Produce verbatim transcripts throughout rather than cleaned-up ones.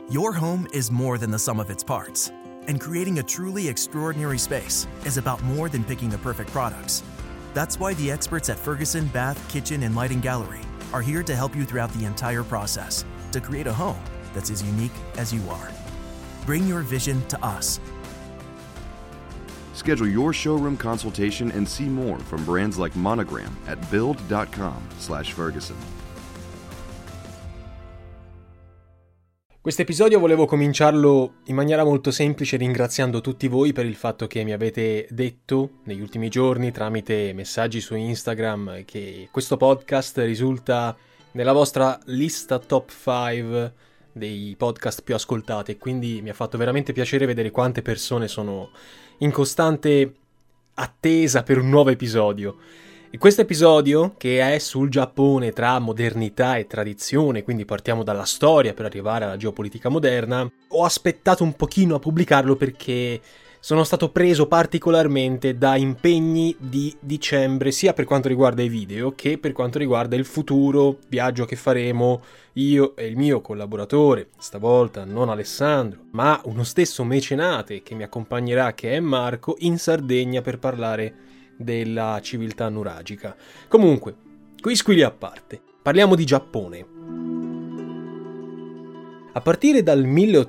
Your home is more than the sum of its parts, and creating a truly extraordinary space is about more than picking the perfect products. That's why the experts at Ferguson Bath, Kitchen, and Lighting Gallery are here to help you throughout the entire process to create a home that's as unique as you are. Bring your vision to us. Schedule your showroom consultation and see more from brands like Monogram at build.com slash Ferguson. Questo episodio volevo cominciarlo in maniera molto semplice ringraziando tutti voi per il fatto che mi avete detto negli ultimi giorni tramite messaggi su Instagram che questo podcast risulta nella vostra lista top cinque dei podcast più ascoltati, e quindi mi ha fatto veramente piacere vedere quante persone sono in costante attesa per un nuovo episodio. E questo episodio, che è sul Giappone tra modernità e tradizione, quindi partiamo dalla storia per arrivare alla geopolitica moderna, ho aspettato un pochino a pubblicarlo perché sono stato preso particolarmente da impegni di dicembre, sia per quanto riguarda i video che per quanto riguarda il futuro viaggio che faremo io e il mio collaboratore, stavolta non Alessandro, ma uno stesso mecenate che mi accompagnerà, che è Marco, in Sardegna per parlare della civiltà nuragica. Comunque, qui squilli a parte, parliamo di Giappone. A partire dal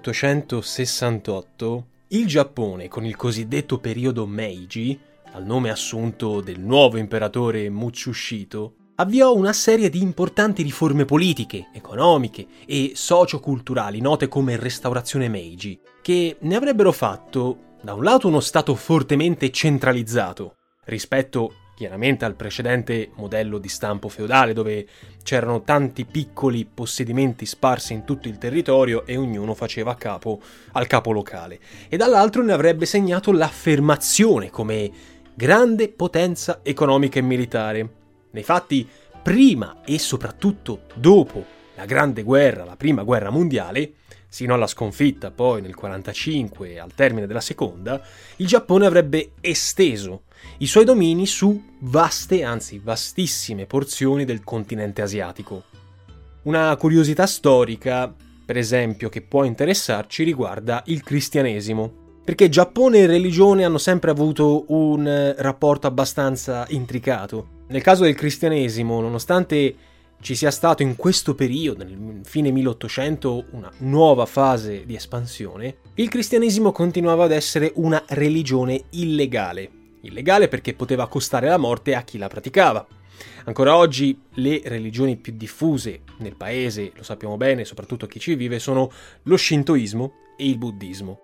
milleottocentosessantotto, il Giappone, con il cosiddetto periodo Meiji, al nome assunto del nuovo imperatore Mutsushito, avviò una serie di importanti riforme politiche, economiche e socioculturali note come Restaurazione Meiji, che ne avrebbero fatto, da un lato, uno stato fortemente centralizzato, rispetto chiaramente al precedente modello di stampo feudale, dove c'erano tanti piccoli possedimenti sparsi in tutto il territorio e ognuno faceva capo al capo locale, e dall'altro ne avrebbe segnato l'affermazione come grande potenza economica e militare. Nei fatti, prima e soprattutto dopo la Grande Guerra, la Prima Guerra Mondiale, sino alla sconfitta poi nel quarantacinque al termine della Seconda, il Giappone avrebbe esteso i suoi domini su vaste, anzi vastissime porzioni del continente asiatico. Una curiosità storica, per esempio, che può interessarci riguarda il cristianesimo, perché Giappone e religione hanno sempre avuto un rapporto abbastanza intricato. Nel caso del cristianesimo, nonostante ci sia stato in questo periodo, nel fine milleottocento, una nuova fase di espansione, il cristianesimo continuava ad essere una religione illegale. Illegale perché poteva costare la morte a chi la praticava. Ancora oggi le religioni più diffuse nel paese, lo sappiamo bene, soprattutto chi ci vive, sono lo shintoismo e il buddismo.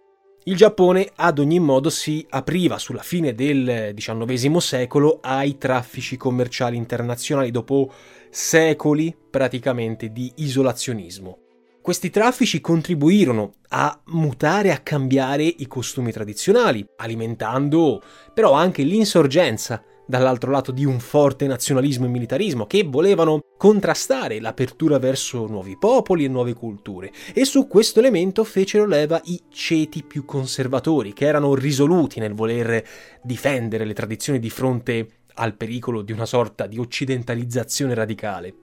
Il Giappone ad ogni modo si apriva sulla fine del diciannovesimo secolo ai traffici commerciali internazionali dopo secoli praticamente di isolazionismo. Questi traffici contribuirono a mutare, a cambiare i costumi tradizionali, alimentando però anche l'insorgenza dall'altro lato di un forte nazionalismo e militarismo che volevano contrastare l'apertura verso nuovi popoli e nuove culture, e su questo elemento fecero leva i ceti più conservatori, che erano risoluti nel voler difendere le tradizioni di fronte al pericolo di una sorta di occidentalizzazione radicale.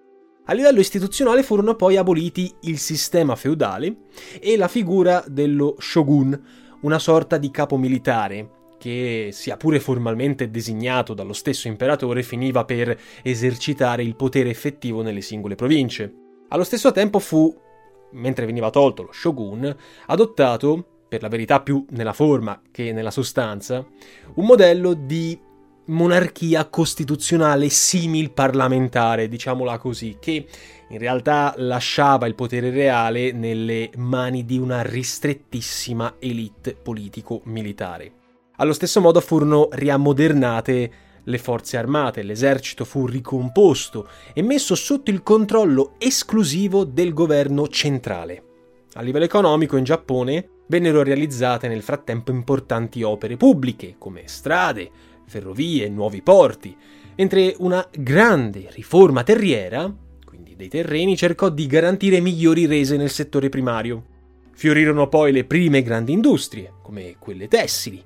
A livello istituzionale furono poi aboliti il sistema feudale e la figura dello shogun, una sorta di capo militare che, sia pure formalmente designato dallo stesso imperatore, finiva per esercitare il potere effettivo nelle singole province. Allo stesso tempo fu, mentre veniva tolto lo shogun, adottato, per la verità più nella forma che nella sostanza, un modello di monarchia costituzionale simil parlamentare, diciamola così, che in realtà lasciava il potere reale nelle mani di una ristrettissima elite politico-militare. Allo stesso modo furono riammodernate le forze armate, l'esercito fu ricomposto e messo sotto il controllo esclusivo del governo centrale. A livello economico in Giappone vennero realizzate nel frattempo importanti opere pubbliche come strade, ferrovie e nuovi porti, mentre una grande riforma terriera, quindi dei terreni, cercò di garantire migliori rese nel settore primario. Fiorirono poi le prime grandi industrie, come quelle tessili,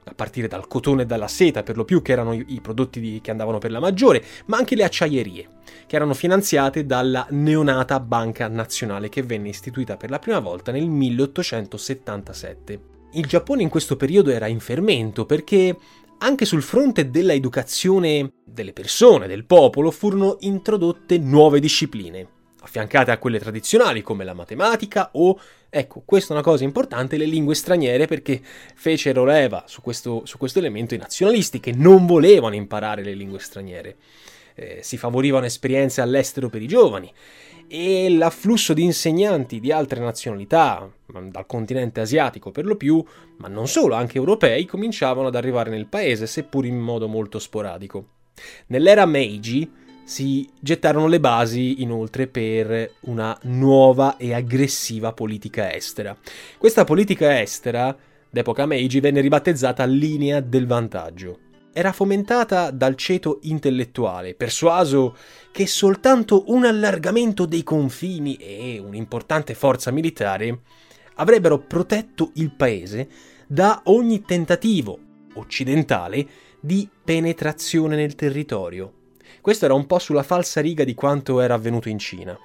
a partire dal cotone e dalla seta per lo più, che erano i, i prodotti di, che andavano per la maggiore, ma anche le acciaierie, che erano finanziate dalla neonata Banca Nazionale, che venne istituita per la prima volta nel milleottocentosettantasette. Il Giappone in questo periodo era in fermento perché anche sul fronte della educazione delle persone, del popolo, furono introdotte nuove discipline, affiancate a quelle tradizionali come la matematica o, ecco, questa è una cosa importante, le lingue straniere, perché fecero leva su questo, su questo elemento i nazionalisti che non volevano imparare le lingue straniere. Eh, si favorivano esperienze all'estero per i giovani e l'afflusso di insegnanti di altre nazionalità, dal continente asiatico per lo più, ma non solo, anche europei, cominciavano ad arrivare nel paese, seppur in modo molto sporadico. Nell'era Meiji si gettarono le basi inoltre per una nuova e aggressiva politica estera. Questa politica estera d'epoca Meiji venne ribattezzata linea del vantaggio. Era fomentata dal ceto intellettuale, persuaso che soltanto un allargamento dei confini e un'importante forza militare avrebbero protetto il paese da ogni tentativo occidentale di penetrazione nel territorio. Questo era un po' sulla falsariga di quanto era avvenuto in Cina.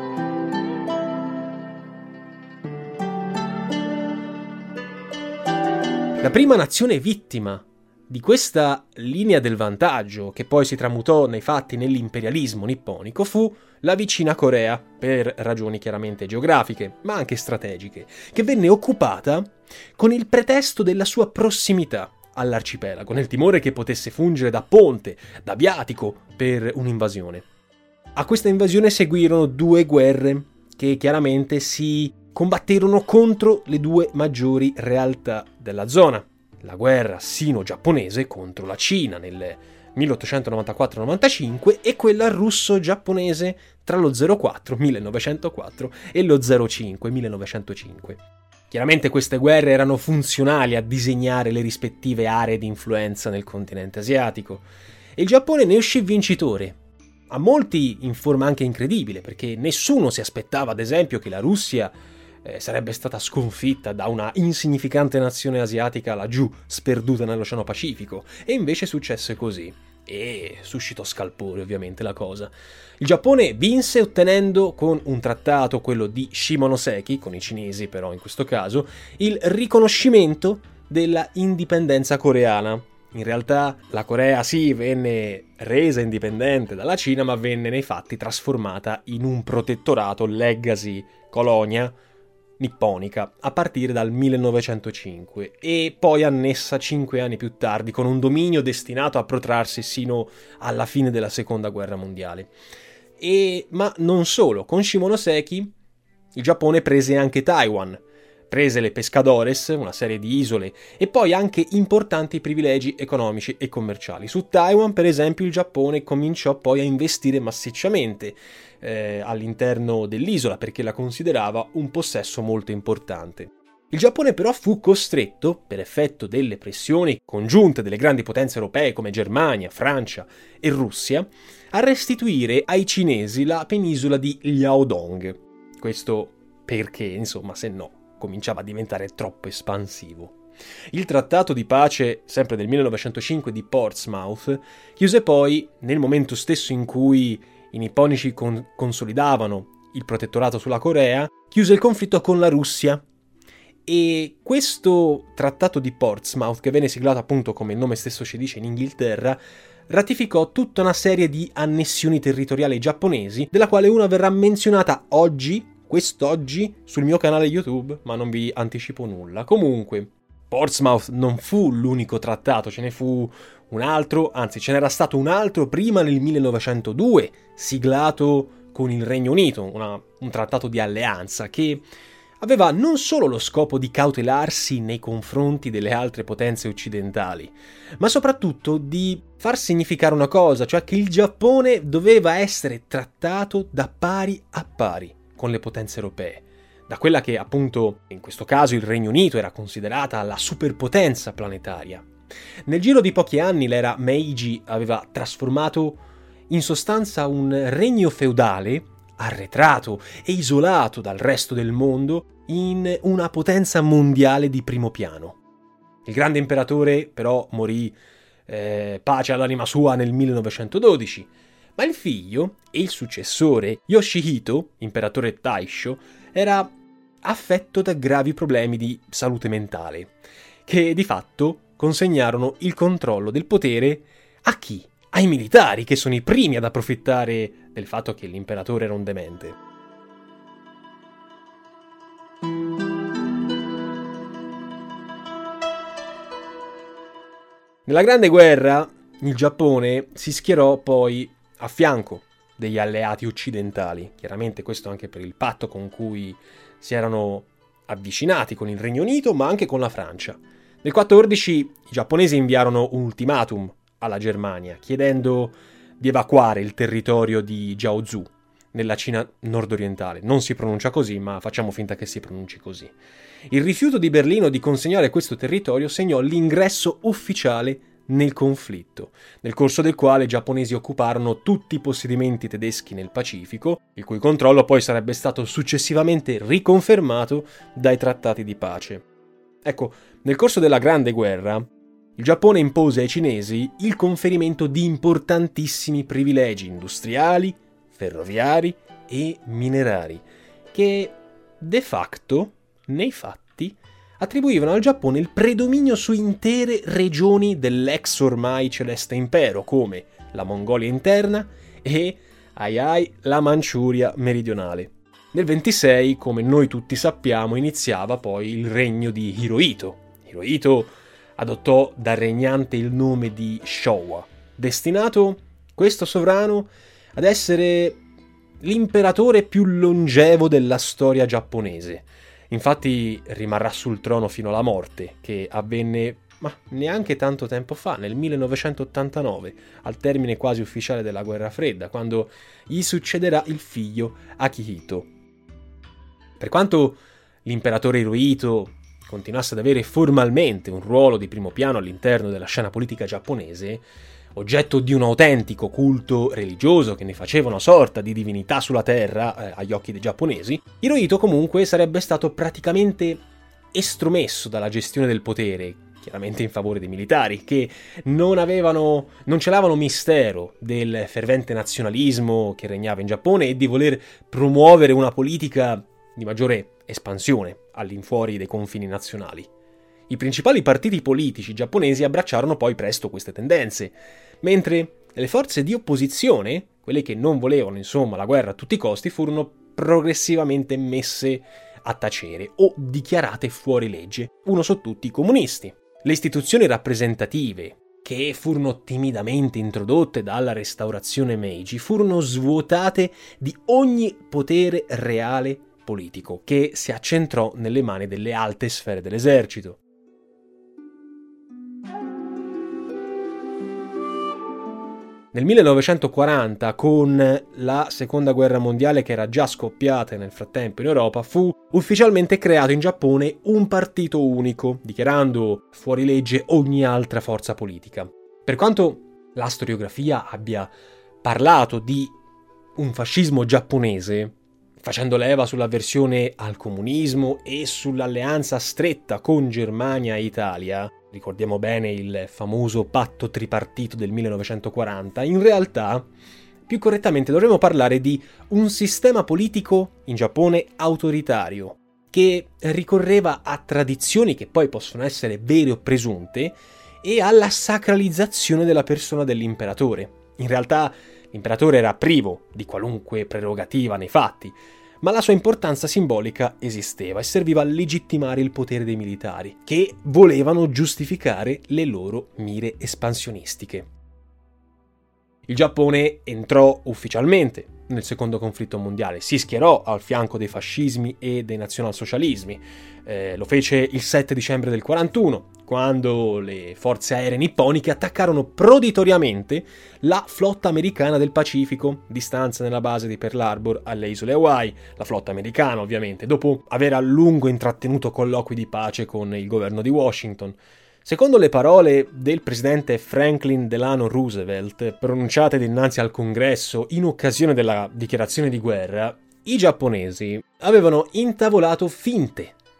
La prima nazione vittima di questa linea del vantaggio, che poi si tramutò nei fatti nell'imperialismo nipponico, fu la vicina Corea, per ragioni chiaramente geografiche, ma anche strategiche, che venne occupata con il pretesto della sua prossimità all'arcipelago, nel timore che potesse fungere da ponte, da viatico per un'invasione. A questa invasione seguirono due guerre che chiaramente si combatterono contro le due maggiori realtà della zona. La guerra sino-giapponese contro la Cina nel milleottocentonovantaquattro novantacinque e quella russo-giapponese tra lo zero quattro millenovecentoquattro e lo zero cinque millenovecentocinque. Chiaramente queste guerre erano funzionali a disegnare le rispettive aree di influenza nel continente asiatico e il Giappone ne uscì vincitore, a molti in forma anche incredibile, perché nessuno si aspettava ad esempio che la Russia eh, sarebbe stata sconfitta da una insignificante nazione asiatica laggiù, sperduta nell'Oceano Pacifico, e invece successe così. E suscitò scalpore ovviamente la cosa. Il Giappone vinse ottenendo con un trattato, quello di Shimonoseki, con i cinesi però in questo caso, il riconoscimento della indipendenza coreana. In realtà la Corea sì venne resa indipendente dalla Cina, ma venne nei fatti trasformata in un protettorato legacy colonia nipponica a partire dal millenovecentocinque e poi annessa cinque anni più tardi con un dominio destinato a protrarsi sino alla fine della seconda guerra mondiale. E ma non solo, con Shimonoseki il Giappone prese anche Taiwan, prese le Pescadores, una serie di isole, e poi anche importanti privilegi economici e commerciali. Su Taiwan, per esempio, il Giappone cominciò poi a investire massicciamente eh, all'interno dell'isola perché la considerava un possesso molto importante. Il Giappone però fu costretto, per effetto delle pressioni congiunte delle grandi potenze europee come Germania, Francia e Russia, a restituire ai cinesi la penisola di Liaodong. Questo perché, insomma, se no, cominciava a diventare troppo espansivo. Il trattato di pace, sempre del millenovecentocinque di Portsmouth, chiuse poi, nel momento stesso in cui i nipponici con- consolidavano il protettorato sulla Corea, chiuse il conflitto con la Russia. E questo trattato di Portsmouth, che venne siglato appunto come il nome stesso ci dice in Inghilterra, ratificò tutta una serie di annessioni territoriali giapponesi, della quale una verrà menzionata oggi, quest'oggi, sul mio canale YouTube, ma non vi anticipo nulla. Comunque, Portsmouth non fu l'unico trattato, ce ne fu un altro, anzi ce n'era stato un altro prima nel millenovecentodue, siglato con il Regno Unito, una, un trattato di alleanza che aveva non solo lo scopo di cautelarsi nei confronti delle altre potenze occidentali, ma soprattutto di far significare una cosa, cioè che il Giappone doveva essere trattato da pari a pari con le potenze europee, da quella che appunto in questo caso il Regno Unito era considerata la superpotenza planetaria. Nel giro di pochi anni l'era Meiji aveva trasformato in sostanza un regno feudale arretrato e isolato dal resto del mondo in una potenza mondiale di primo piano. Il grande imperatore però morì, eh, pace all'anima sua, nel millenovecentododici, ma il figlio e il successore, Yoshihito, imperatore Taisho, era affetto da gravi problemi di salute mentale, che di fatto consegnarono il controllo del potere a chi? Ai militari, che sono i primi ad approfittare del fatto che l'imperatore era un demente. Nella Grande Guerra il Giappone si schierò poi a fianco degli alleati occidentali, chiaramente questo anche per il patto con cui si erano avvicinati con il Regno Unito, ma anche con la Francia. Nel quattordici i giapponesi inviarono un ultimatum alla Germania, chiedendo di evacuare il territorio di Jiaozhou, nella Cina nord-orientale. Non si pronuncia così, ma facciamo finta che si pronunci così. Il rifiuto di Berlino di consegnare questo territorio segnò l'ingresso ufficiale nel conflitto, nel corso del quale i giapponesi occuparono tutti i possedimenti tedeschi nel Pacifico, il cui controllo poi sarebbe stato successivamente riconfermato dai trattati di pace. Ecco, nel corso della Grande Guerra, il Giappone impose ai cinesi il conferimento di importantissimi privilegi industriali, ferroviari e minerari, che de facto, nei fatti, attribuivano al Giappone il predominio su intere regioni dell'ex ormai celeste impero, come la Mongolia interna e, ai ai, la Manciuria meridionale. Nel ventisei, come noi tutti sappiamo, iniziava poi il regno di Hirohito. Hirohito adottò da regnante il nome di Showa, destinato, questo sovrano, ad essere l'imperatore più longevo della storia giapponese. Infatti rimarrà sul trono fino alla morte, che avvenne ma neanche tanto tempo fa, nel millenovecentottantanove, al termine quasi ufficiale della Guerra Fredda, quando gli succederà il figlio Akihito. Per quanto l'imperatore Hirohito continuasse ad avere formalmente un ruolo di primo piano all'interno della scena politica giapponese, oggetto di un autentico culto religioso che ne faceva una sorta di divinità sulla terra eh, agli occhi dei giapponesi, Hirohito comunque sarebbe stato praticamente estromesso dalla gestione del potere, chiaramente in favore dei militari, che non avevano, non celavano mistero del fervente nazionalismo che regnava in Giappone e di voler promuovere una politica di maggiore espansione all'infuori dei confini nazionali. I principali partiti politici giapponesi abbracciarono poi presto queste tendenze, mentre le forze di opposizione, quelle che non volevano insomma la guerra a tutti i costi, furono progressivamente messe a tacere o dichiarate fuori legge, uno su tutti i comunisti. Le istituzioni rappresentative, che furono timidamente introdotte dalla restaurazione Meiji, furono svuotate di ogni potere reale politico, che si accentrò nelle mani delle alte sfere dell'esercito. Nel millenovecentoquaranta, con la seconda guerra mondiale che era già scoppiata nel frattempo in Europa, fu ufficialmente creato in Giappone un partito unico, dichiarando fuori legge ogni altra forza politica. Per quanto la storiografia abbia parlato di un fascismo giapponese, facendo leva sull'avversione al comunismo e sull'alleanza stretta con Germania e Italia, ricordiamo bene il famoso patto tripartito del millenovecentoquaranta, in realtà, più correttamente, dovremmo parlare di un sistema politico in Giappone autoritario, che ricorreva a tradizioni che poi possono essere vere o presunte, e alla sacralizzazione della persona dell'imperatore. In realtà l'imperatore era privo di qualunque prerogativa nei fatti, ma la sua importanza simbolica esisteva e serviva a legittimare il potere dei militari, che volevano giustificare le loro mire espansionistiche. Il Giappone entrò ufficialmente nel secondo conflitto mondiale, si schierò al fianco dei fascismi e dei nazionalsocialismi. Eh, lo fece il sette dicembre del quarantuno, quando le forze aeree nipponiche attaccarono proditoriamente la flotta americana del Pacifico, di stanza nella base di Pearl Harbor alle isole Hawaii, la flotta americana ovviamente, dopo aver a lungo intrattenuto colloqui di pace con il governo di Washington. Secondo le parole del presidente Franklin Delano Roosevelt, pronunciate dinanzi al Congresso in occasione della dichiarazione di guerra, i giapponesi avevano intavolato finte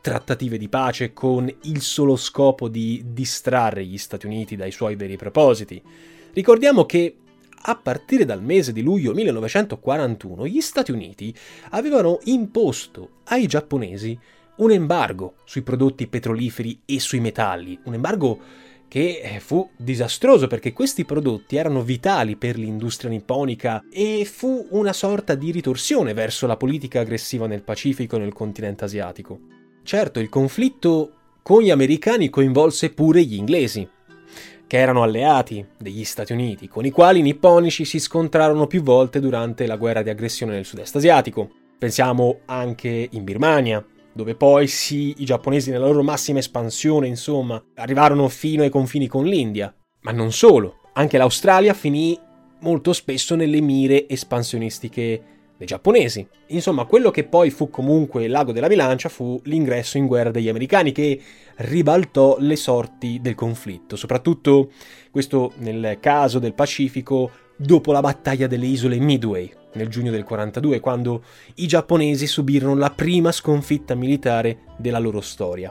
trattative di pace con il solo scopo di distrarre gli Stati Uniti dai suoi veri propositi. Ricordiamo che a partire dal mese di luglio millenovecentoquarantuno gli Stati Uniti avevano imposto ai giapponesi un embargo sui prodotti petroliferi e sui metalli, un embargo che fu disastroso perché questi prodotti erano vitali per l'industria nipponica e fu una sorta di ritorsione verso la politica aggressiva nel Pacifico e nel continente asiatico. Certo, il conflitto con gli americani coinvolse pure gli inglesi, che erano alleati degli Stati Uniti, con i quali i nipponici si scontrarono più volte durante la guerra di aggressione nel sud-est asiatico. Pensiamo anche in Birmania, dove poi sì, i giapponesi nella loro massima espansione, insomma, arrivarono fino ai confini con l'India. Ma non solo, anche l'Australia finì molto spesso nelle mire espansionistiche dei giapponesi. Insomma, quello che poi fu comunque l'ago della bilancia fu l'ingresso in guerra degli americani, che ribaltò le sorti del conflitto, soprattutto questo nel caso del Pacifico dopo la battaglia delle isole Midway nel giugno del quarantadue, quando i giapponesi subirono la prima sconfitta militare della loro storia.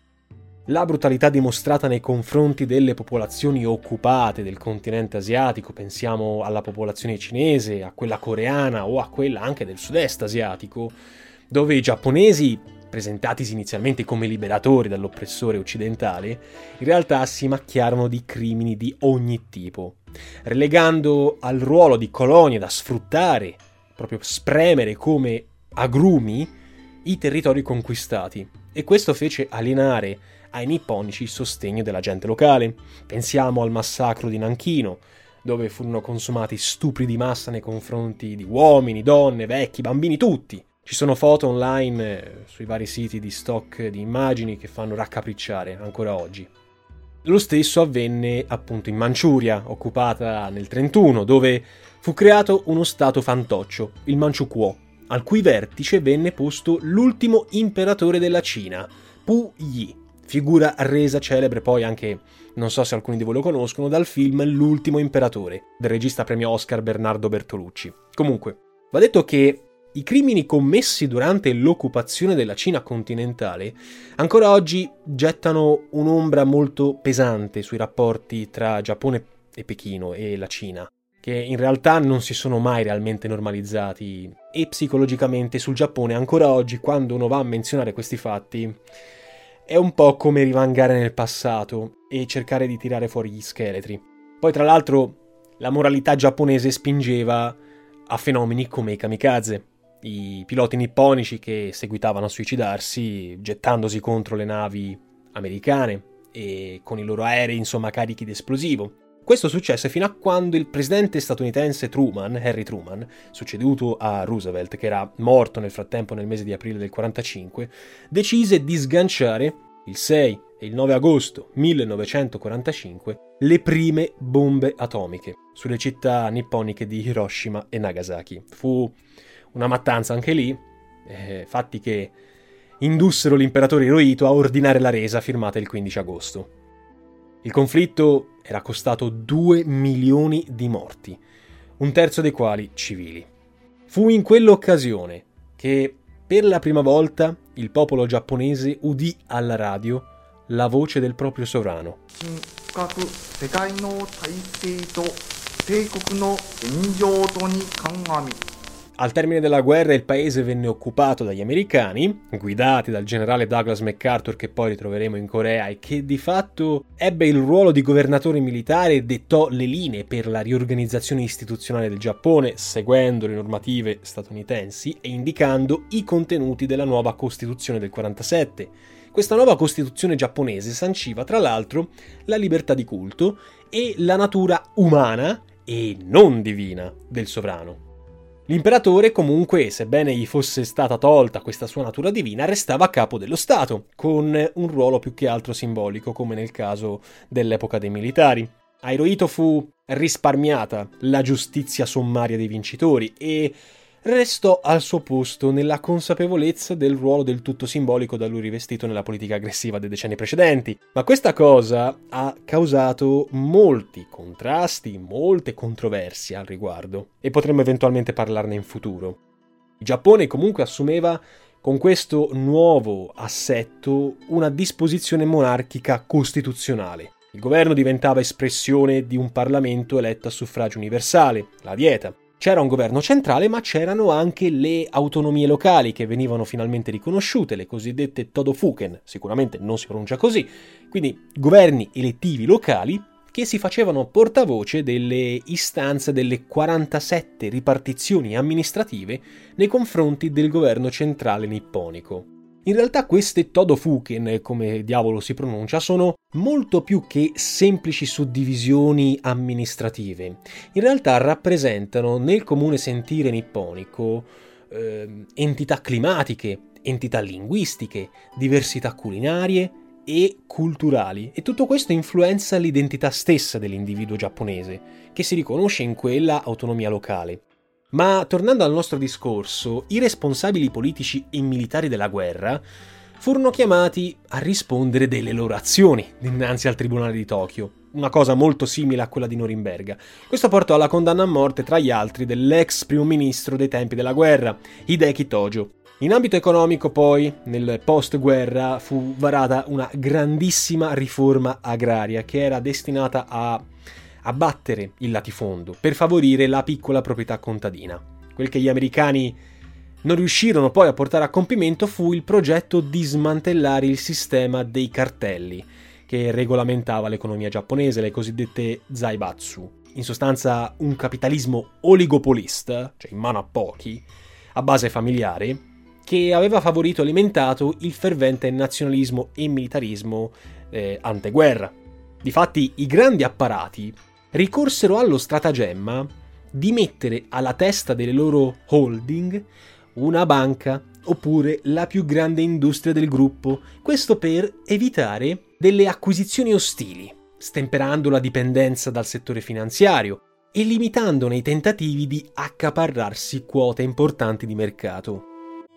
La brutalità dimostrata nei confronti delle popolazioni occupate del continente asiatico, pensiamo alla popolazione cinese, a quella coreana o a quella anche del sud-est asiatico, dove i giapponesi, presentatisi inizialmente come liberatori dall'oppressore occidentale, in realtà si macchiarono di crimini di ogni tipo, relegando al ruolo di colonie da sfruttare, proprio spremere come agrumi, i territori conquistati, e questo fece alienare ai nipponici il sostegno della gente locale. Pensiamo al massacro di Nanchino, dove furono consumati stupri di massa nei confronti di uomini, donne, vecchi, bambini, tutti. Ci sono foto online eh, sui vari siti di stock di immagini che fanno raccapricciare ancora oggi. Lo stesso avvenne appunto in Manciuria, occupata nel trentuno, dove fu creato uno stato fantoccio, il Manchukuo, al cui vertice venne posto l'ultimo imperatore della Cina, Pu Yi, figura resa celebre poi anche, non so se alcuni di voi lo conoscono, dal film L'ultimo imperatore, del regista premio Oscar Bernardo Bertolucci. Comunque, va detto che i crimini commessi durante l'occupazione della Cina continentale ancora oggi gettano un'ombra molto pesante sui rapporti tra Giappone e Pechino e la Cina, che in realtà non si sono mai realmente normalizzati, e psicologicamente sul Giappone ancora oggi, quando uno va a menzionare questi fatti, è un po' come rivangare nel passato e cercare di tirare fuori gli scheletri. Poi tra l'altro la moralità giapponese spingeva a fenomeni come i kamikaze, i piloti nipponici che seguitavano a suicidarsi gettandosi contro le navi americane e con i loro aerei insomma carichi di esplosivo. Questo successe fino a quando il presidente statunitense Truman, Harry Truman, succeduto a Roosevelt, che era morto nel frattempo nel mese di aprile del quarantacinque, decise di sganciare il sei e il nove agosto millenovecentoquarantacinque le prime bombe atomiche sulle città nipponiche di Hiroshima e Nagasaki. Fu una mattanza anche lì, eh, fatti che indussero l'imperatore Hirohito a ordinare la resa firmata il quindici agosto. Il conflitto era costato due milioni di morti, un terzo dei quali civili. Fu in quell'occasione che per la prima volta il popolo giapponese udì alla radio la voce del proprio sovrano. Al termine della guerra il paese venne occupato dagli americani, guidati dal generale Douglas MacArthur, che poi ritroveremo in Corea e che di fatto ebbe il ruolo di governatore militare e dettò le linee per la riorganizzazione istituzionale del Giappone, seguendo le normative statunitensi e indicando i contenuti della nuova Costituzione del quarantasette. Questa nuova Costituzione giapponese sanciva tra l'altro la libertà di culto e la natura umana e non divina del sovrano. L'imperatore comunque, sebbene gli fosse stata tolta questa sua natura divina, restava a capo dello Stato, con un ruolo più che altro simbolico, come nel caso dell'epoca dei militari. A Hirohito fu risparmiata la giustizia sommaria dei vincitori e restò al suo posto nella consapevolezza del ruolo del tutto simbolico da lui rivestito nella politica aggressiva dei decenni precedenti. Ma questa cosa ha causato molti contrasti, molte controversie al riguardo, e potremmo eventualmente parlarne in futuro. Il Giappone comunque assumeva con questo nuovo assetto una disposizione monarchica costituzionale. Il governo diventava espressione di un Parlamento eletto a suffragio universale, la Dieta. C'era un governo centrale, ma c'erano anche le autonomie locali che venivano finalmente riconosciute, le cosiddette Todofuken, sicuramente non si pronuncia così, quindi governi elettivi locali che si facevano portavoce delle istanze delle quarantasette ripartizioni amministrative nei confronti del governo centrale nipponico. In realtà queste Todofuken, come diavolo si pronuncia, sono molto più che semplici suddivisioni amministrative. In realtà rappresentano nel comune sentire nipponico eh, entità climatiche, entità linguistiche, diversità culinarie e culturali, e tutto questo influenza l'identità stessa dell'individuo giapponese, che si riconosce in quella autonomia locale. Ma tornando al nostro discorso, i responsabili politici e militari della guerra furono chiamati a rispondere delle loro azioni dinanzi al Tribunale di Tokyo, una cosa molto simile a quella di Norimberga. Questo portò alla condanna a morte, tra gli altri, dell'ex primo ministro dei tempi della guerra, Hideki Tojo. In ambito economico, poi, nel post-guerra fu varata una grandissima riforma agraria che era destinata a abbattere il latifondo per favorire la piccola proprietà contadina. Quel che gli americani non riuscirono poi a portare a compimento fu il progetto di smantellare il sistema dei cartelli che regolamentava l'economia giapponese, le cosiddette zaibatsu. In sostanza un capitalismo oligopolista, cioè in mano a pochi, a base familiare, che aveva favorito e alimentato il fervente nazionalismo e militarismo eh, anteguerra. Difatti i grandi apparati ricorsero allo stratagemma di mettere alla testa delle loro holding una banca oppure la più grande industria del gruppo, questo per evitare delle acquisizioni ostili, stemperando la dipendenza dal settore finanziario e limitandone i tentativi di accaparrarsi quote importanti di mercato.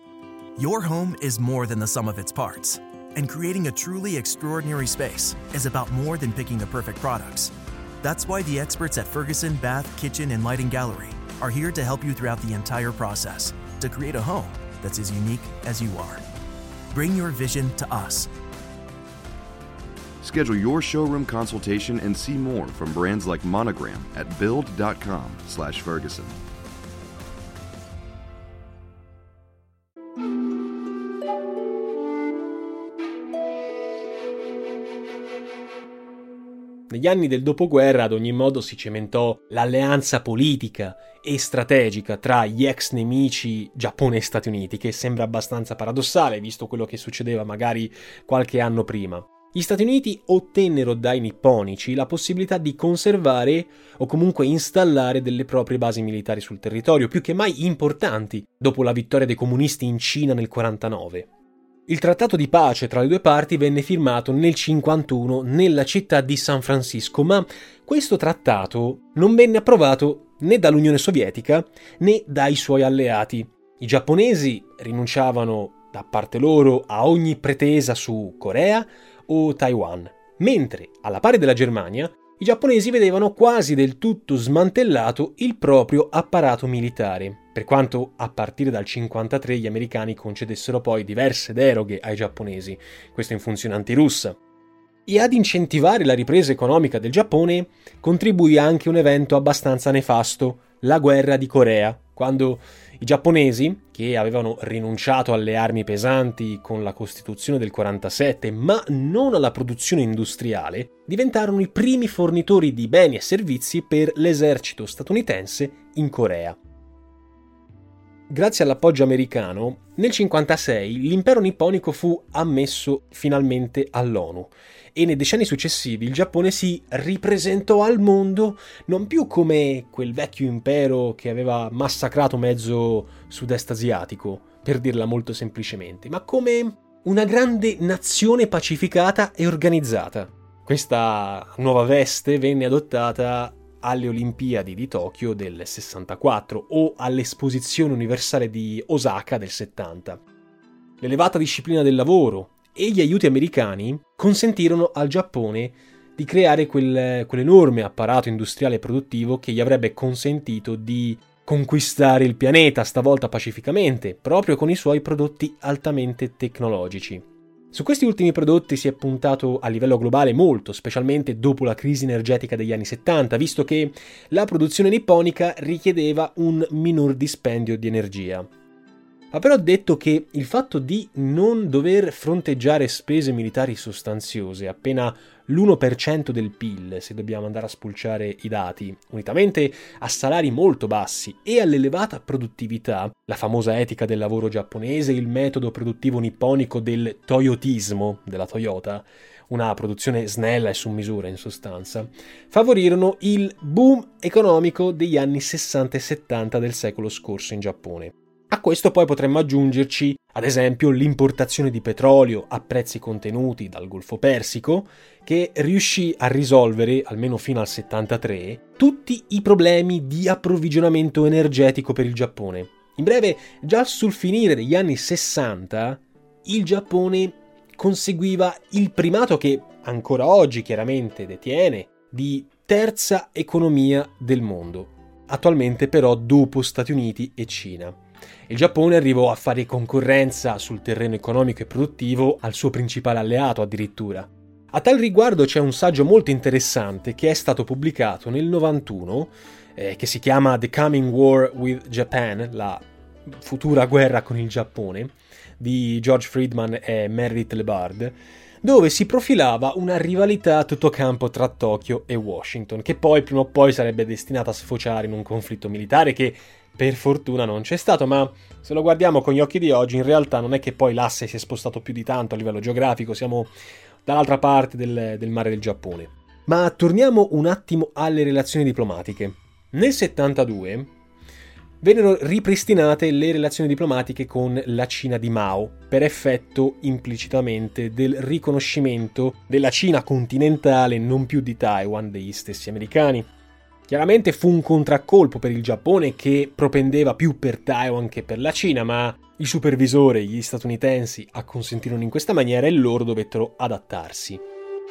Your home is more than the sum of its parts, and creating a truly extraordinary space is about more than picking the perfect products. That's why the experts at Ferguson Bath, Kitchen, and Lighting Gallery are here to help you throughout the entire process to create a home that's as unique as you are. Bring your vision to us. Schedule your showroom consultation and see more from brands like Monogram at build.com slash Ferguson. Negli anni del dopoguerra ad ogni modo si cementò l'alleanza politica e strategica tra gli ex nemici Giappone e Stati Uniti, che sembra abbastanza paradossale visto quello che succedeva magari qualche anno prima. Gli Stati Uniti ottennero dai nipponici la possibilità di conservare o comunque installare delle proprie basi militari sul territorio, più che mai importanti dopo la vittoria dei comunisti in Cina nel quarantanove. Il trattato di pace tra le due parti venne firmato nel cinquantuno nella città di San Francisco, ma questo trattato non venne approvato né dall'Unione Sovietica né dai suoi alleati. I giapponesi rinunciavano da parte loro a ogni pretesa su Corea o Taiwan, mentre alla pari della Germania i giapponesi vedevano quasi del tutto smantellato il proprio apparato militare, per quanto a partire dal cinquantatré gli americani concedessero poi diverse deroghe ai giapponesi, questo in funzione antirussa. E ad incentivare la ripresa economica del Giappone contribuì anche un evento abbastanza nefasto, la guerra di Corea, quando i giapponesi, che avevano rinunciato alle armi pesanti con la Costituzione del quarantasette, ma non alla produzione industriale, diventarono i primi fornitori di beni e servizi per l'esercito statunitense in Corea. Grazie all'appoggio americano, nel cinquantasei l'impero nipponico fu ammesso finalmente all'ONU e nei decenni successivi il Giappone si ripresentò al mondo non più come quel vecchio impero che aveva massacrato mezzo sud-est asiatico, per dirla molto semplicemente, ma come una grande nazione pacificata e organizzata. Questa nuova veste venne adottata alle Olimpiadi di Tokyo del sessantaquattro o all'Esposizione Universale di Osaka del settanta. L'elevata disciplina del lavoro e gli aiuti americani consentirono al Giappone di creare quel, quell'enorme apparato industriale e produttivo che gli avrebbe consentito di conquistare il pianeta, stavolta pacificamente, proprio con i suoi prodotti altamente tecnologici. Su questi ultimi prodotti si è puntato a livello globale molto, specialmente dopo la crisi energetica degli anni settanta, visto che la produzione nipponica richiedeva un minor dispendio di energia. Ha però detto che il fatto di non dover fronteggiare spese militari sostanziose, appena l'uno per cento del P I L, se dobbiamo andare a spulciare i dati, unitamente a salari molto bassi e all'elevata produttività, la famosa etica del lavoro giapponese, il metodo produttivo nipponico del toyotismo della Toyota, una produzione snella e su misura in sostanza, favorirono il boom economico degli anni sessanta e settanta del secolo scorso in Giappone. A questo poi potremmo aggiungerci, ad esempio, l'importazione di petrolio a prezzi contenuti dal Golfo Persico, che riuscì a risolvere, almeno fino al settantatré, tutti i problemi di approvvigionamento energetico per il Giappone. In breve, già sul finire degli anni sessanta, il Giappone conseguiva il primato che ancora oggi chiaramente detiene di terza economia del mondo, attualmente però dopo Stati Uniti e Cina. Il Giappone arrivò a fare concorrenza sul terreno economico e produttivo al suo principale alleato addirittura. A tal riguardo c'è un saggio molto interessante che è stato pubblicato nel novantuno, eh, che si chiama The Coming War with Japan, la futura guerra con il Giappone, di George Friedman e Meredith Lebard, dove si profilava una rivalità a tutto campo tra Tokyo e Washington, che poi prima o poi sarebbe destinata a sfociare in un conflitto militare che per fortuna non c'è stato, ma se lo guardiamo con gli occhi di oggi, in realtà non è che poi l'asse si è spostato più di tanto a livello geografico, siamo dall'altra parte del, del mare del Giappone. Ma torniamo un attimo alle relazioni diplomatiche. Nel settantadue vennero ripristinate le relazioni diplomatiche con la Cina di Mao, per effetto implicitamente del riconoscimento della Cina continentale, non più di Taiwan, degli stessi americani. Chiaramente fu un contraccolpo per il Giappone, che propendeva più per Taiwan che per la Cina, ma i supervisori, gli statunitensi, acconsentirono in questa maniera e loro dovettero adattarsi.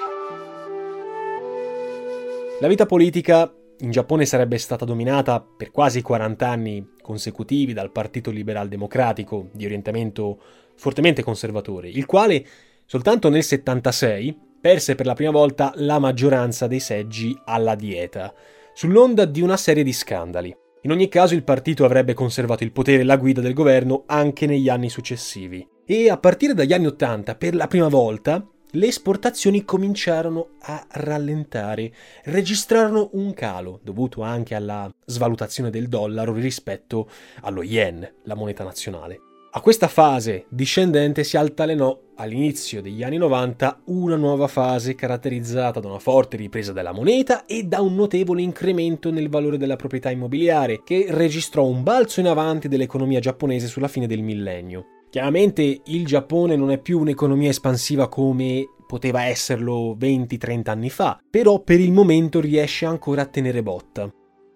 La vita politica in Giappone sarebbe stata dominata per quasi quaranta anni consecutivi dal Partito Liberal Democratico, di orientamento fortemente conservatore, il quale soltanto nel settantasei perse per la prima volta la maggioranza dei seggi alla dieta, sull'onda di una serie di scandali. In ogni caso il partito avrebbe conservato il potere e la guida del governo anche negli anni successivi. E a partire dagli anni Ottanta, per la prima volta, le esportazioni cominciarono a rallentare, registrarono un calo, dovuto anche alla svalutazione del dollaro rispetto allo yen, la moneta nazionale. A questa fase discendente si altalenò all'inizio degli anni novanta una nuova fase caratterizzata da una forte ripresa della moneta e da un notevole incremento nel valore della proprietà immobiliare, che registrò un balzo in avanti dell'economia giapponese sulla fine del millennio. Chiaramente il Giappone non è più un'economia espansiva come poteva esserlo venti trenta anni fa, però per il momento riesce ancora a tenere botta.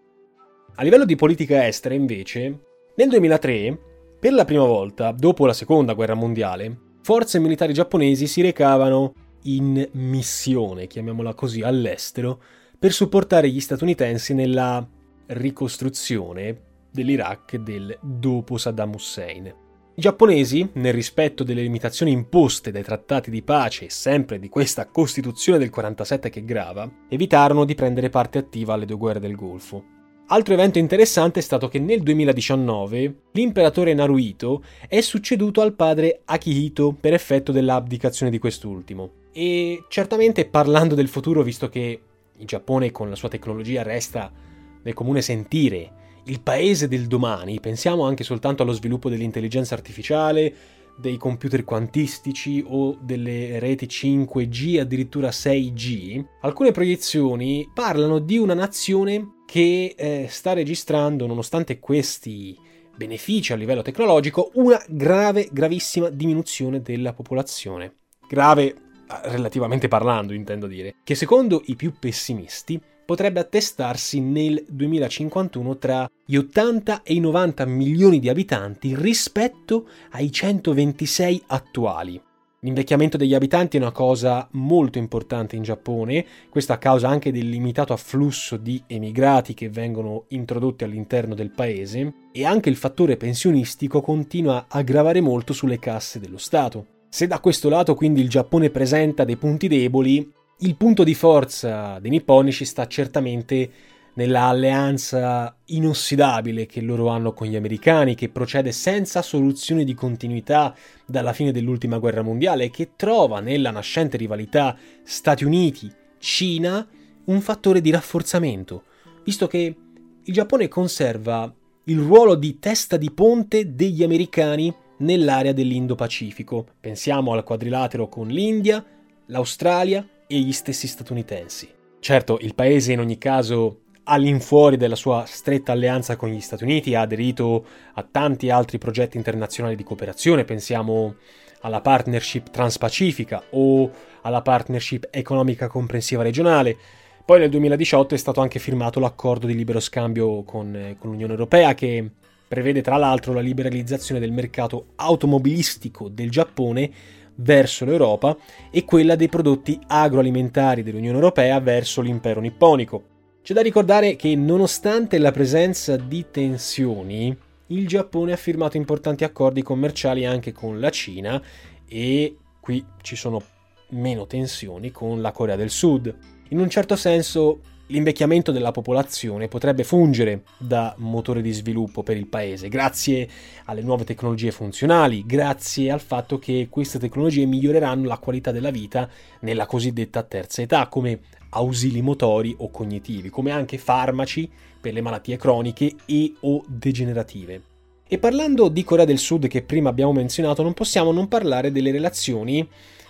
A livello di politica estera, invece, nel duemilatré, per la prima volta, dopo la seconda guerra mondiale, forze militari giapponesi si recavano in missione, chiamiamola così, all'estero, per supportare gli statunitensi nella ricostruzione dell'Iraq del dopo Saddam Hussein. I giapponesi, nel rispetto delle limitazioni imposte dai trattati di pace e sempre di questa Costituzione del quarantasette che grava, evitarono di prendere parte attiva alle due guerre del Golfo. Altro evento interessante è stato che nel duemiladiciannove l'imperatore Naruhito è succeduto al padre Akihito per effetto dell'abdicazione di quest'ultimo. E certamente, parlando del futuro, visto che il Giappone con la sua tecnologia resta nel comune sentire il paese del domani, pensiamo anche soltanto allo sviluppo dell'intelligenza artificiale, dei computer quantistici o delle reti cinque G, addirittura sei G, alcune proiezioni parlano di una nazione che eh, sta registrando, nonostante questi benefici a livello tecnologico, una grave, gravissima diminuzione della popolazione. Grave relativamente parlando, intendo dire, che secondo i più pessimisti potrebbe attestarsi nel duemilacinquantuno tra gli ottanta e i novanta milioni di abitanti rispetto ai centoventisei attuali. L'invecchiamento degli abitanti è una cosa molto importante in Giappone, questo a causa anche del limitato afflusso di emigrati che vengono introdotti all'interno del paese, e anche il fattore pensionistico continua a gravare molto sulle casse dello Stato. Se da questo lato quindi il Giappone presenta dei punti deboli, il punto di forza dei nipponici sta certamente nella alleanza inossidabile che loro hanno con gli americani, che procede senza soluzione di continuità dalla fine dell'ultima guerra mondiale e che trova nella nascente rivalità Stati Uniti-Cina un fattore di rafforzamento, visto che il Giappone conserva il ruolo di testa di ponte degli americani nell'area dell'Indo-Pacifico. Pensiamo al quadrilatero con l'India, l'Australia e gli stessi statunitensi. Certo, il paese in ogni caso all'infuori della sua stretta alleanza con gli Stati Uniti ha aderito a tanti altri progetti internazionali di cooperazione, pensiamo alla partnership transpacifica o alla partnership economica comprensiva regionale. Poi nel duemiladiciotto è stato anche firmato l'accordo di libero scambio con, con l'Unione Europea, che prevede tra l'altro la liberalizzazione del mercato automobilistico del Giappone verso l'Europa e quella dei prodotti agroalimentari dell'Unione Europea verso l'impero nipponico. C'è da ricordare che nonostante la presenza di tensioni, il Giappone ha firmato importanti accordi commerciali anche con la Cina e qui ci sono meno tensioni con la Corea del Sud. In un certo senso l'invecchiamento della popolazione potrebbe fungere da motore di sviluppo per il paese, grazie alle nuove tecnologie funzionali, grazie al fatto che queste tecnologie miglioreranno la qualità della vita nella cosiddetta terza età, come ausili motori o cognitivi, come anche farmaci per le malattie croniche e o degenerative. E parlando di Corea del Sud, che prima abbiamo menzionato, non possiamo non parlare delle relazioni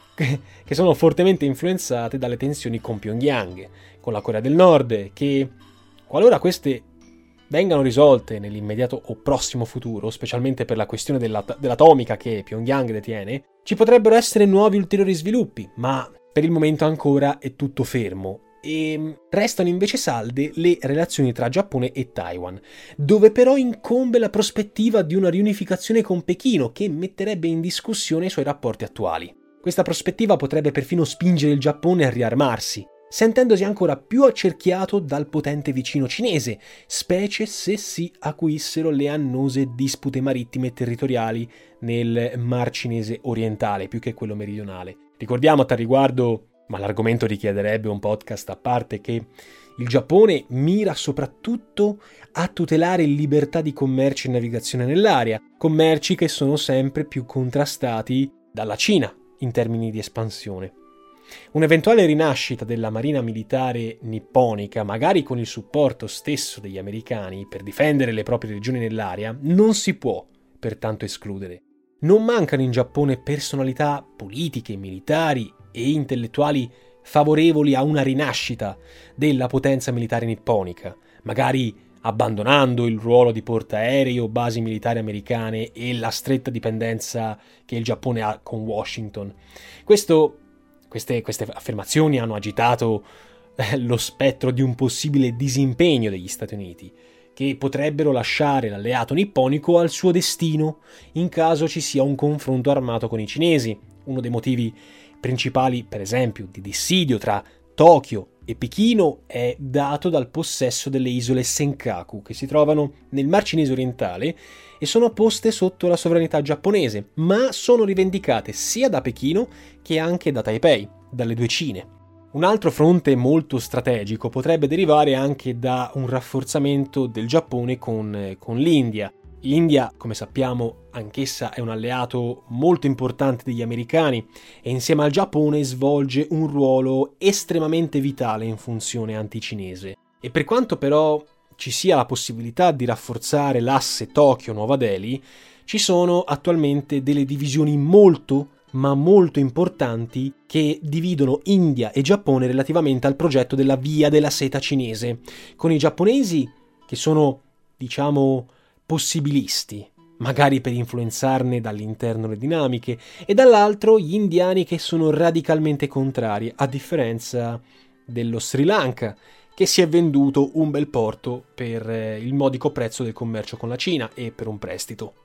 che sono fortemente influenzate dalle tensioni con Pyongyang, con la Corea del Nord, che qualora queste vengano risolte nell'immediato o prossimo futuro, specialmente per la questione dell'at- dell'atomica che Pyongyang detiene, ci potrebbero essere nuovi ulteriori sviluppi, ma per il momento ancora è tutto fermo e restano invece salde le relazioni tra Giappone e Taiwan, dove però incombe la prospettiva di una riunificazione con Pechino che metterebbe in discussione i suoi rapporti attuali. Questa prospettiva potrebbe perfino spingere il Giappone a riarmarsi, sentendosi ancora più accerchiato dal potente vicino cinese, specie se si acuissero le annose dispute marittime e territoriali nel Mar Cinese orientale più che quello meridionale. Ricordiamo a tal riguardo, ma l'argomento richiederebbe un podcast a parte, che il Giappone mira soprattutto a tutelare libertà di commercio e navigazione nell'area, commerci che sono sempre più contrastati dalla Cina in termini di espansione. Un'eventuale rinascita della marina militare nipponica, magari con il supporto stesso degli americani per difendere le proprie regioni nell'area, non si può pertanto escludere. Non mancano in Giappone personalità politiche, militari e intellettuali favorevoli a una rinascita della potenza militare nipponica, magari abbandonando il ruolo di portaerei o basi militari americane e la stretta dipendenza che il Giappone ha con Washington. Questo, queste, queste affermazioni hanno agitato eh, lo spettro di un possibile disimpegno degli Stati Uniti, che potrebbero lasciare l'alleato nipponico al suo destino in caso ci sia un confronto armato con i cinesi. Uno dei motivi principali, per esempio, di dissidio tra Tokyo e Pechino è dato dal possesso delle isole Senkaku, che si trovano nel Mar Cinese orientale e sono poste sotto la sovranità giapponese, ma sono rivendicate sia da Pechino che anche da Taipei, dalle due Cine. Un altro fronte molto strategico potrebbe derivare anche da un rafforzamento del Giappone con, con l'India. L'India, come sappiamo, anch'essa è un alleato molto importante degli americani e insieme al Giappone svolge un ruolo estremamente vitale in funzione anticinese. E per quanto però ci sia la possibilità di rafforzare l'asse Tokyo-Nuova Delhi, ci sono attualmente delle divisioni molto ma molto importanti che dividono India e Giappone relativamente al progetto della Via della Seta cinese, con i giapponesi che sono, diciamo, possibilisti, magari per influenzarne dall'interno le dinamiche, e dall'altro gli indiani che sono radicalmente contrari, a differenza dello Sri Lanka, che si è venduto un bel porto per il modico prezzo del commercio con la Cina e per un prestito.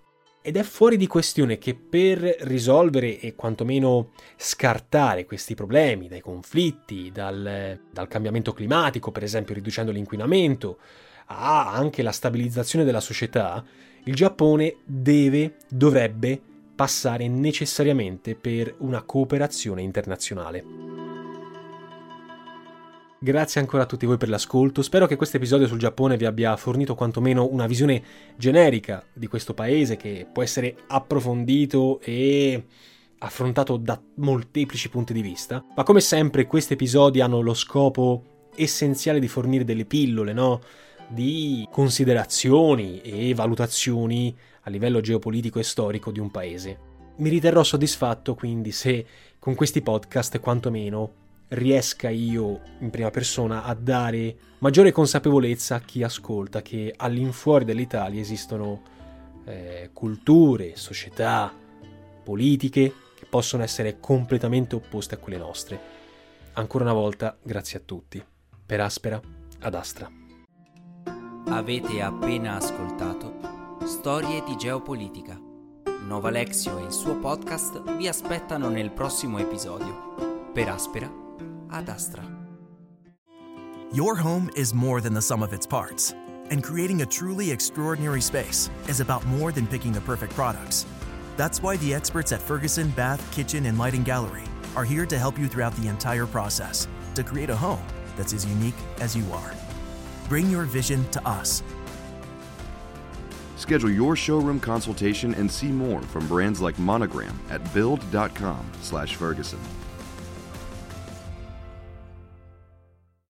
Ed è fuori di questione che per risolvere e quantomeno scartare questi problemi, dai conflitti, dal, dal cambiamento climatico, per esempio riducendo l'inquinamento, a anche la stabilizzazione della società, il Giappone deve, dovrebbe passare necessariamente per una cooperazione internazionale. Grazie ancora a tutti voi per l'ascolto, spero che questo episodio sul Giappone vi abbia fornito quantomeno una visione generica di questo paese che può essere approfondito e affrontato da molteplici punti di vista, ma come sempre questi episodi hanno lo scopo essenziale di fornire delle pillole, no? Di considerazioni e valutazioni a livello geopolitico e storico di un paese. Mi riterrò soddisfatto quindi se con questi podcast quantomeno riesca io in prima persona a dare maggiore consapevolezza a chi ascolta che all'infuori dell'Italia esistono eh, culture, società, politiche che possono essere completamente opposte a quelle nostre. Ancora una volta grazie a tutti. Per Aspera ad Astra. Avete appena ascoltato Storie di Geopolitica. Nova Lexio e il suo podcast vi aspettano nel prossimo episodio. Per Aspera ad Astra. Your home is more than the sum of its parts, and creating a truly extraordinary space is about more than picking the perfect products. That's why the experts at Ferguson Bath, Kitchen, and Lighting Gallery are here to help you throughout the entire process to create a home that's as unique as you are. Bring your vision to us. Schedule your showroom consultation and see more from brands like Monogram at build dot com slash Ferguson.